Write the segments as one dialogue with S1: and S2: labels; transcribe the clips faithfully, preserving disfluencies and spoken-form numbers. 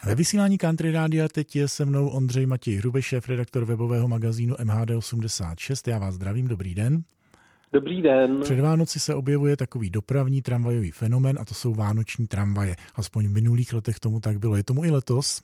S1: Ve vysílání Country Rádia teď je se mnou Ondřej Matěj Hrubeš, šéfredaktor webového magazínu M H D osmdesát šest. Já vás zdravím, dobrý den.
S2: Dobrý den.
S1: Před Vánoci se objevuje takový dopravní tramvajový fenomén a to jsou vánoční tramvaje. Aspoň v minulých letech tomu tak bylo. Je tomu i letos?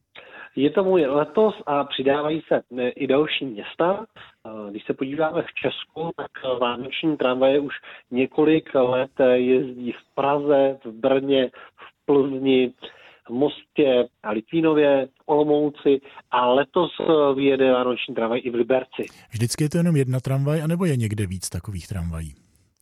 S2: Je tomu i letos a přidávají se i další města. Když se podíváme v Česku, tak vánoční tramvaje už několik let jezdí v Praze, v Brně, v Plzni, v Mostě a Litvínově, v Olomouci a letos vyjede vánoční tramvaj i v Liberci.
S1: Vždycky je to jenom jedna tramvaj, anebo je někde víc takových tramvají?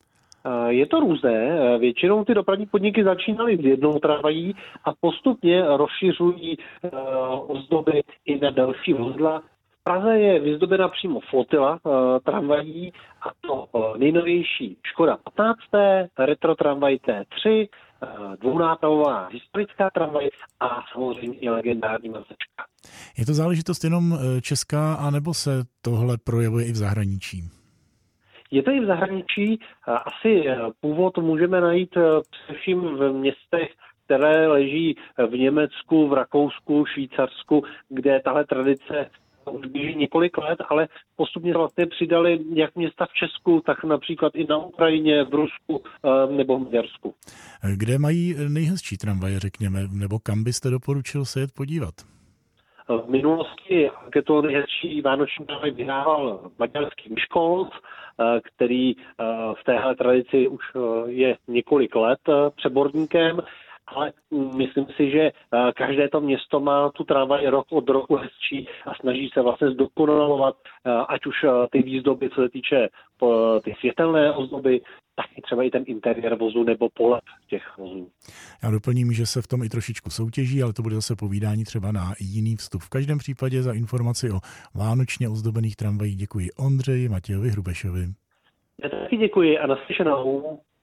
S2: Je to různé. Většinou ty dopravní podniky začínaly s jednou tramvají a postupně rozšiřují uh, ozdoby i na další vozidla. V Praze je vyzdobena přímo flotila uh, tramvají a to uh, nejnovější Škoda patnáct, retro tramvaj T tři, uh, dvounápravová historická tramvaj a samozřejmě i legendární mazečka.
S1: Je to záležitost jenom česká, anebo se tohle projevuje i v zahraničí?
S2: Je to i v zahraničí. Asi původ můžeme najít především v městech, které leží v Německu, v Rakousku, Švýcarsku, kde tahle tradice už běží několik let, ale postupně vlastně přidali jak města v Česku, tak například i na Ukrajině, v Rusku nebo v Maďarsku.
S1: Kde mají nejhezčí tramvaje, řekněme, nebo kam byste doporučil se jet podívat?
S2: V minulosti to nejhezčí vánoční tramvaj vyhrával maďarský Miskolc, který v téhle tradici už je několik let přeborníkem, ale myslím si, že každé to město má tu tramvaj rok od roku hezčí a snaží se vlastně zdokonalovat, ať už ty výzdoby, co se týče ty světelné ozdoby, tak i třeba i ten interiér vozu nebo polep těch vozů.
S1: Já doplním, že se v tom i trošičku soutěží, ale to bude zase povídání třeba na jiný vstup. V každém případě za informaci o vánočně ozdobených tramvajích děkuji Ondřeji Matějovi Hrubešovi.
S2: Já taky děkuji a naslyšenou.